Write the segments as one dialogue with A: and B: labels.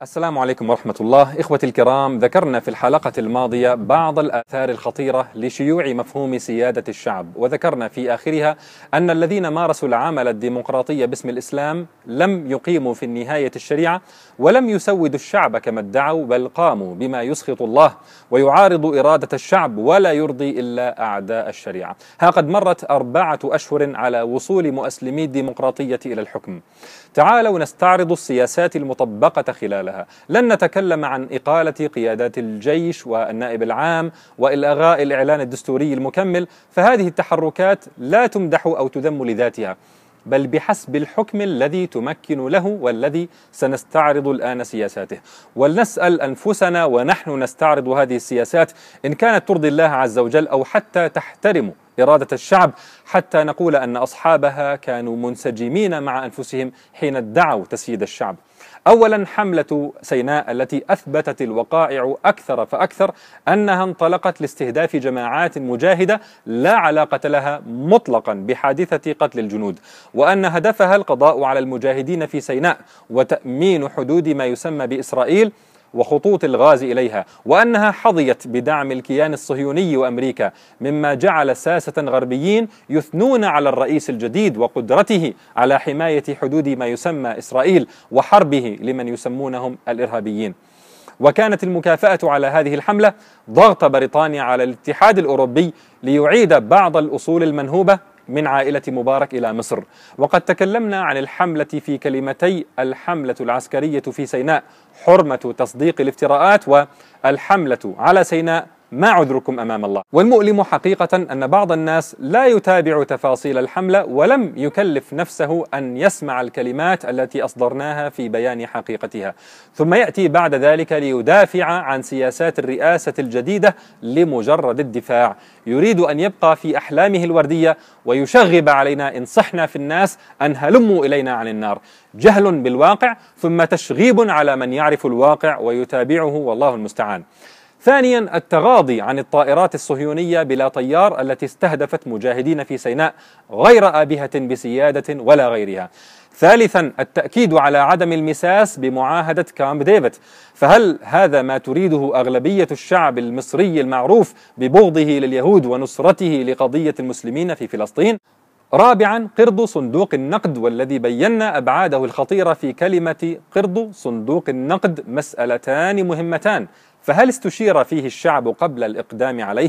A: السلام عليكم ورحمة الله. إخوتي الكرام، ذكرنا في الحلقة الماضية بعض الآثار الخطيرة لشيوع مفهوم سيادة الشعب، وذكرنا في آخرها أن الذين مارسوا العمل الديمقراطي باسم الإسلام لم يقيموا في النهاية الشريعة ولم يسودوا الشعب كما ادعوا، بل قاموا بما يسخط الله ويعارض إرادة الشعب ولا يرضي إلا أعداء الشريعة. ها قد مرت 4 أشهر على وصول مؤسلمي الديمقراطية إلى الحكم. تعالوا نستعرض السياسات المطبقة خلالها. لن نتكلم عن إقالة قيادات الجيش والنائب العام وإلغاء الإعلان الدستوري المكمل، فهذه التحركات لا تمدح أو تذم لذاتها، بل بحسب الحكم الذي تمكن له والذي سنستعرض الآن سياساته. ولنسأل أنفسنا ونحن نستعرض هذه السياسات إن كانت ترضي الله عز وجل أو حتى تحترم إرادة الشعب، حتى نقول أن أصحابها كانوا منسجمين مع أنفسهم حين ادعوا تسييد الشعب. أولا، حملة سيناء التي أثبتت الوقائع أكثر فأكثر أنها انطلقت لاستهداف جماعات مجاهدة لا علاقة لها مطلقا بحادثة قتل الجنود، وأن هدفها القضاء على المجاهدين في سيناء وتأمين حدود ما يسمى بإسرائيل وخطوط الغاز إليها، وأنها حظيت بدعم الكيان الصهيوني وأمريكا، مما جعل ساسة غربيين يثنون على الرئيس الجديد وقدرته على حماية حدود ما يسمى إسرائيل وحربه لمن يسمونهم الإرهابيين. وكانت المكافأة على هذه الحملة ضغط بريطانيا على الاتحاد الأوروبي ليعيد بعض الأصول المنهوبة من عائلة مبارك إلى مصر. وقد تكلمنا عن الحملة في كلمتي الحملة العسكرية في سيناء حرمة تصديق الافتراءات، والحملة على سيناء ما عذركم أمام الله. والمؤلم حقيقة أن بعض الناس لا يتابع تفاصيل الحملة ولم يكلف نفسه أن يسمع الكلمات التي أصدرناها في بيان حقيقتها، ثم يأتي بعد ذلك ليدافع عن سياسات الرئاسة الجديدة لمجرد الدفاع. يريد أن يبقى في أحلامه الوردية ويشغب علينا إن صحنا في الناس أن هلموا إلينا عن النار. جهل بالواقع ثم تشغيب على من يعرف الواقع ويتابعه، والله المستعان. ثانيا، التغاضي عن الطائرات الصهيونية بلا طيار التي استهدفت مجاهدين في سيناء غير آبهة بسيادة ولا غيرها. ثالثا، التأكيد على عدم المساس بمعاهدة كامب ديفيد، فهل هذا ما تريده أغلبية الشعب المصري المعروف ببغضه لليهود ونصرته لقضية المسلمين في فلسطين؟ رابعا، قرض صندوق النقد، والذي بينا أبعاده الخطيرة في كلمة قرض صندوق النقد. مسألتان مهمتان، فهل استشير فيه الشعب قبل الإقدام عليه؟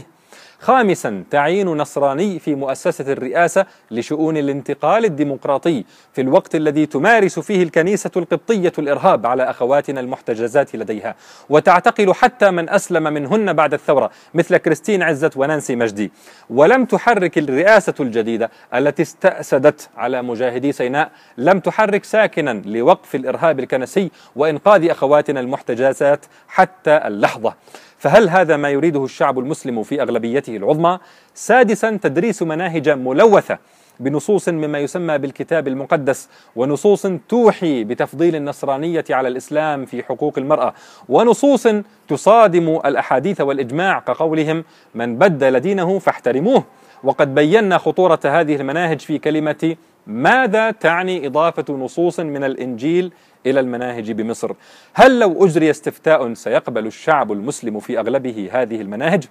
A: خامسا، تعيين نصراني في مؤسسة الرئاسة لشؤون الانتقال الديمقراطي في الوقت الذي تمارس فيه الكنيسة القبطية الإرهاب على أخواتنا المحتجزات لديها، وتعتقل حتى من أسلم منهن بعد الثورة مثل كريستين عزت ونانسي مجدي. ولم تحرك الرئاسة الجديدة التي استأسدت على مجاهدي سيناء، لم تحرك ساكنا لوقف الإرهاب الكنسي وإنقاذ أخواتنا المحتجزات حتى اللحظة. فهل هذا ما يريده الشعب المسلم في أغلبيته العظمى؟ سادسا، تدريس مناهج ملوثة بنصوص مما يسمى بالكتاب المقدس، ونصوص توحي بتفضيل النصرانية على الإسلام في حقوق المرأة، ونصوص تصادم الأحاديث والإجماع كقولهم من بدل دينه فاحترموه. وقد بينا خطورة هذه المناهج في كلمة ماذا تعني إضافة نصوص من الإنجيل إلى المناهج بمصر؟ هل لو أجري استفتاء سيقبل الشعب المسلم في أغلبه هذه المناهج؟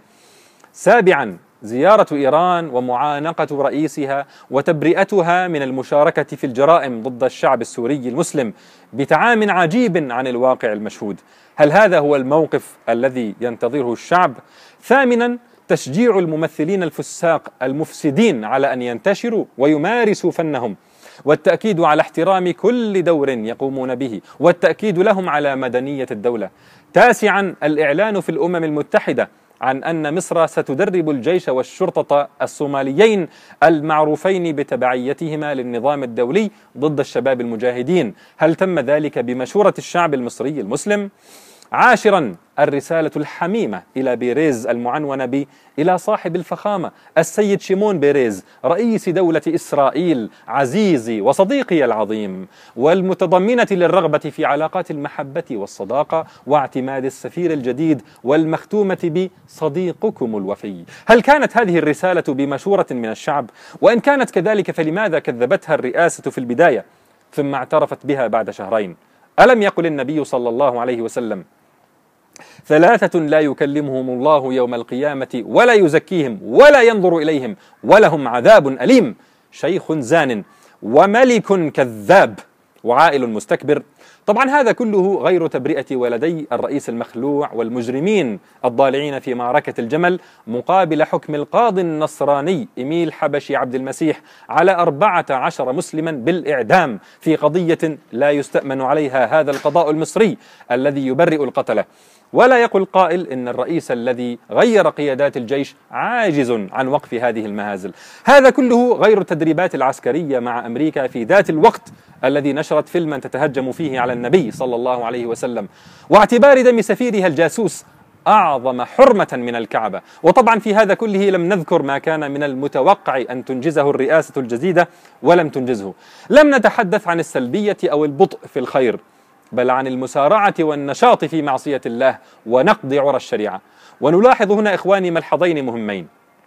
A: سابعا، زيارة إيران ومعانقة رئيسها وتبرئتها من المشاركة في الجرائم ضد الشعب السوري المسلم بتعام عجيب عن الواقع المشهود. هل هذا هو الموقف الذي ينتظره الشعب؟ ثامنا، تشجيع الممثلين الفساق المفسدين على أن ينتشروا ويمارسوا فنهم، والتأكيد على احترام كل دور يقومون به، والتأكيد لهم على مدنية الدولة. تاسعا، الإعلان في الأمم المتحدة عن أن مصر ستدرب الجيش والشرطة الصوماليين المعروفين بتبعيتهما للنظام الدولي ضد الشباب المجاهدين. هل تم ذلك بمشورة الشعب المصري المسلم؟ عاشرا، الرسالة الحميمة إلى بيريز المعنونة إلى صاحب الفخامة السيد شيمون بيريز رئيس دولة إسرائيل عزيزي وصديقي العظيم، والمتضمنة للرغبة في علاقات المحبة والصداقة واعتماد السفير الجديد والمختومة بصديقكم الوفي. هل كانت هذه الرسالة بمشورة من الشعب؟ وإن كانت كذلك فلماذا كذبتها الرئاسة في البداية ثم اعترفت بها بعد شهرين؟ ألم يقل النبي صلى الله عليه وسلم: ثلاثة لا يكلمهم الله يوم القيامة ولا يزكيهم ولا ينظر إليهم ولهم عذاب أليم: شيخ زان، وملك كذاب، وعائل مستكبر. طبعا هذا كله غير تبرئة ولدي الرئيس المخلوع والمجرمين الضالعين في معركة الجمل مقابل حكم القاضي النصراني إميل حبشي عبد المسيح على 14 مسلما بالإعدام في قضية لا يستأمن عليها هذا القضاء المصري الذي يبرئ القتلة. ولا يقول قائل إن الرئيس الذي غير قيادات الجيش عاجز عن وقف هذه المهازل. هذا كله غير التدريبات العسكرية مع أمريكا في ذات الوقت الذي نشرت فيلما تتهجم فيه على النبي صلى الله عليه وسلم، واعتبار دم سفيرها الجاسوس أعظم حرمة من الكعبة. وطبعا في هذا كله لم نذكر ما كان من المتوقع أن تنجزه الرئاسة الجديدة ولم تنجزه. لم نتحدث عن السلبية أو البطء في الخير، بل عن المسارعة والنشاط في معصية الله ونقض عرى الشريعة. ونلاحظ هنا إخواني ملحظين مهمين: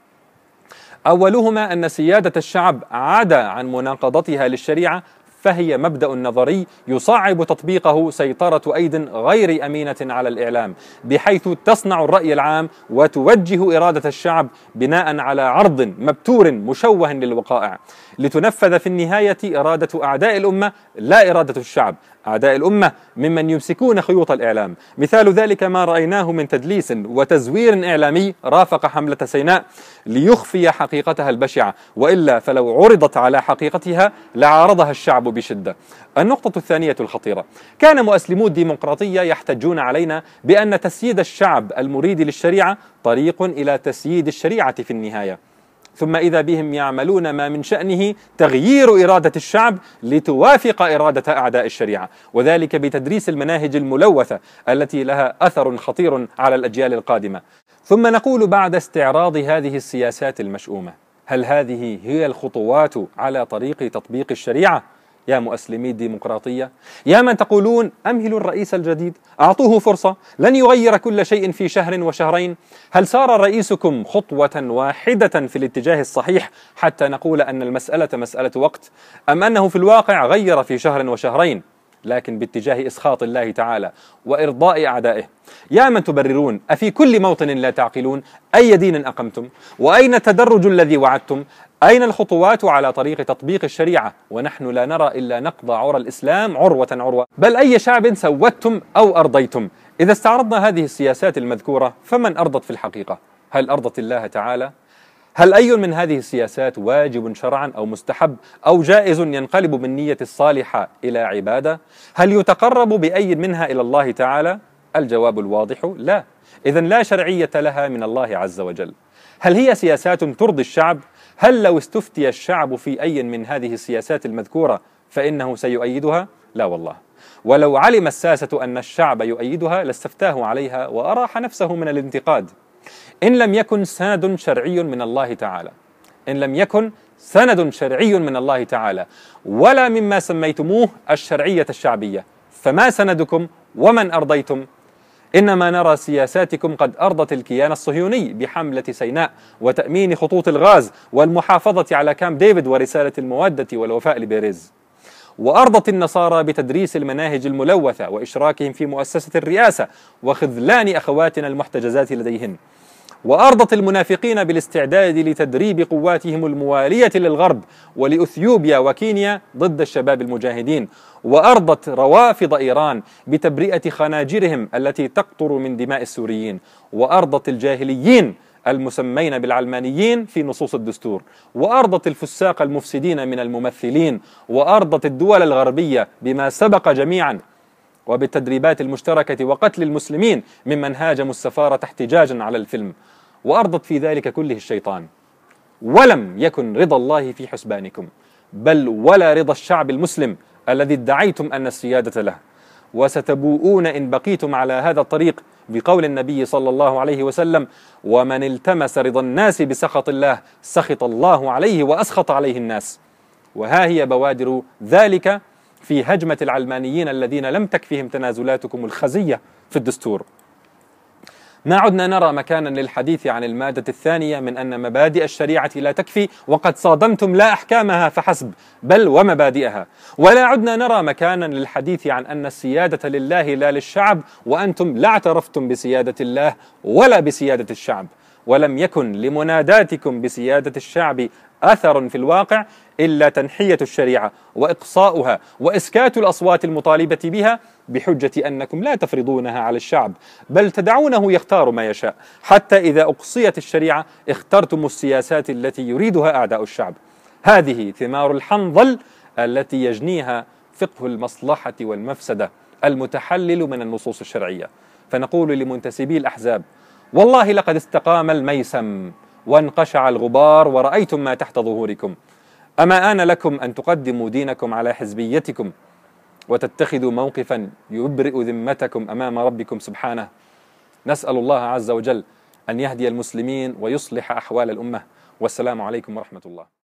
A: أولهما أن سيادة الشعب عدا عن مناقضتها للشريعة فهي مبدأ نظري يصعب تطبيقه سيطرة أيد غير أمينة على الإعلام، بحيث تصنع الرأي العام وتوجه إرادة الشعب بناء على عرض مبتور مشوه للوقائع، لتنفذ في النهاية إرادة أعداء الأمة لا إرادة الشعب. أعداء الأمة ممن يمسكون خيوط الإعلام. مثال ذلك ما رأيناه من تدليس وتزوير إعلامي رافق حملة سيناء ليخفي حقيقتها البشعة، وإلا فلو عرضت على حقيقتها لعارضها الشعب بشدة. النقطة الثانية الخطيرة: كان مؤسلمو الديمقراطية يحتجون علينا بأن تسييد الشعب المريد للشريعة طريق إلى تسييد الشريعة في النهاية، ثم إذا بهم يعملون ما من شأنه تغيير إرادة الشعب لتوافق إرادة أعداء الشريعة، وذلك بتدريس المناهج الملوثة التي لها أثر خطير على الأجيال القادمة. ثم نقول بعد استعراض هذه السياسات المشؤومة: هل هذه هي الخطوات على طريق تطبيق الشريعة؟ يا مؤسلمي الديمقراطية، يا من تقولون أمهلوا الرئيس الجديد، أعطوه فرصة، لن يغير كل شيء في شهر وشهرين. هل سار رئيسكم خطوة واحدة في الاتجاه الصحيح حتى نقول أن المسألة مسألة وقت، أم أنه في الواقع غير في شهر وشهرين لكن باتجاه إسخاط الله تعالى وإرضاء أعدائه؟ يا من تبررون أفي كل موطن لا تعقلون؟ أي دين أقمتم؟ وأين التدرج الذي وعدتم؟ أين الخطوات على طريق تطبيق الشريعة ونحن لا نرى إلا نقض عرى الإسلام عروة عروة؟ بل أي شعب سودتم أو أرضيتم؟ إذا استعرضنا هذه السياسات المذكورة فمن أرضت في الحقيقة؟ هل أرضت الله تعالى؟ هل أي من هذه السياسات واجب شرعا أو مستحب أو جائز ينقلب بالنية الصالحة إلى عبادة؟ هل يتقرب بأي منها إلى الله تعالى؟ الجواب الواضح: لا. إذن لا شرعية لها من الله عز وجل. هل هي سياسات ترضي الشعب؟ هل لو استفتي الشعب في أي من هذه السياسات المذكورة فإنه سيؤيدها؟ لا والله. ولو علم الساسة أن الشعب يؤيدها لاستفتاه عليها وأراح نفسه من الانتقاد. إن لم يكن سند شرعي من الله تعالى، إن لم يكن سند شرعي من الله تعالى ولا مما سميتموه الشرعية الشعبية، فما سندكم ومن أرضيتم؟ إنما نرى سياساتكم قد أرضت الكيان الصهيوني بحملة سيناء وتأمين خطوط الغاز والمحافظة على كامب ديفيد ورسالة المودة والوفاء لبيريز، وأرضت النصارى بتدريس المناهج الملوثة وإشراكهم في مؤسسة الرئاسة وخذلان أخواتنا المحتجزات لديهن، وأرضت المنافقين بالاستعداد لتدريب قواتهم الموالية للغرب ولأثيوبيا وكينيا ضد الشباب المجاهدين، وأرضت روافض إيران بتبرئة خناجرهم التي تقطر من دماء السوريين، وأرضت الجاهليين المسمين بالعلمانيين في نصوص الدستور، وأرضت الفساق المفسدين من الممثلين، وأرضت الدول الغربية بما سبق جميعا وبالتدريبات المشتركة وقتل المسلمين ممن هاجموا السفارة احتجاجا على الفيلم، وأرضت في ذلك كله الشيطان. ولم يكن رضا الله في حسبانكم، بل ولا رضا الشعب المسلم الذي ادعيتم أن السيادة له، وستبوؤون إن بقيتم على هذا الطريق بقول النبي صلى الله عليه وسلم: ومن التمس رضا الناس بسخط الله سخط الله عليه وأسخط عليه الناس. وها هي بوادر ذلك في هجمة العلمانيين الذين لم تكفهم تنازلاتكم الخزية في الدستور. ما عدنا نرى مكانا للحديث عن المادة الثانية من أن مبادئ الشريعة لا تكفي وقد صادمتم لا أحكامها فحسب بل ومبادئها، ولا عدنا نرى مكانا للحديث عن أن السيادة لله لا للشعب وأنتم لا اعترفتم بسيادة الله ولا بسيادة الشعب، ولم يكن لمناداتكم بسيادة الشعب أثر في الواقع إلا تنحية الشريعة وإقصاؤها وإسكات الأصوات المطالبة بها بحجة أنكم لا تفرضونها على الشعب بل تدعونه يختار ما يشاء، حتى إذا أقصيت الشريعة اخترتم السياسات التي يريدها أعداء الشعب. هذه ثمار الحنظل التي يجنيها فقه المصلحة والمفسدة المتحلل من النصوص الشرعية. فنقول لمنتسبي الأحزاب: والله لقد استقام الميسم وانقشع الغبار ورأيتم ما تحت ظهوركم، أما آن لكم أن تقدموا دينكم على حزبيتكم وتتخذوا موقفا يبرئ ذمتكم أمام ربكم سبحانه. نسأل الله عز وجل أن يهدي المسلمين ويصلح أحوال الأمة، والسلام عليكم ورحمة الله.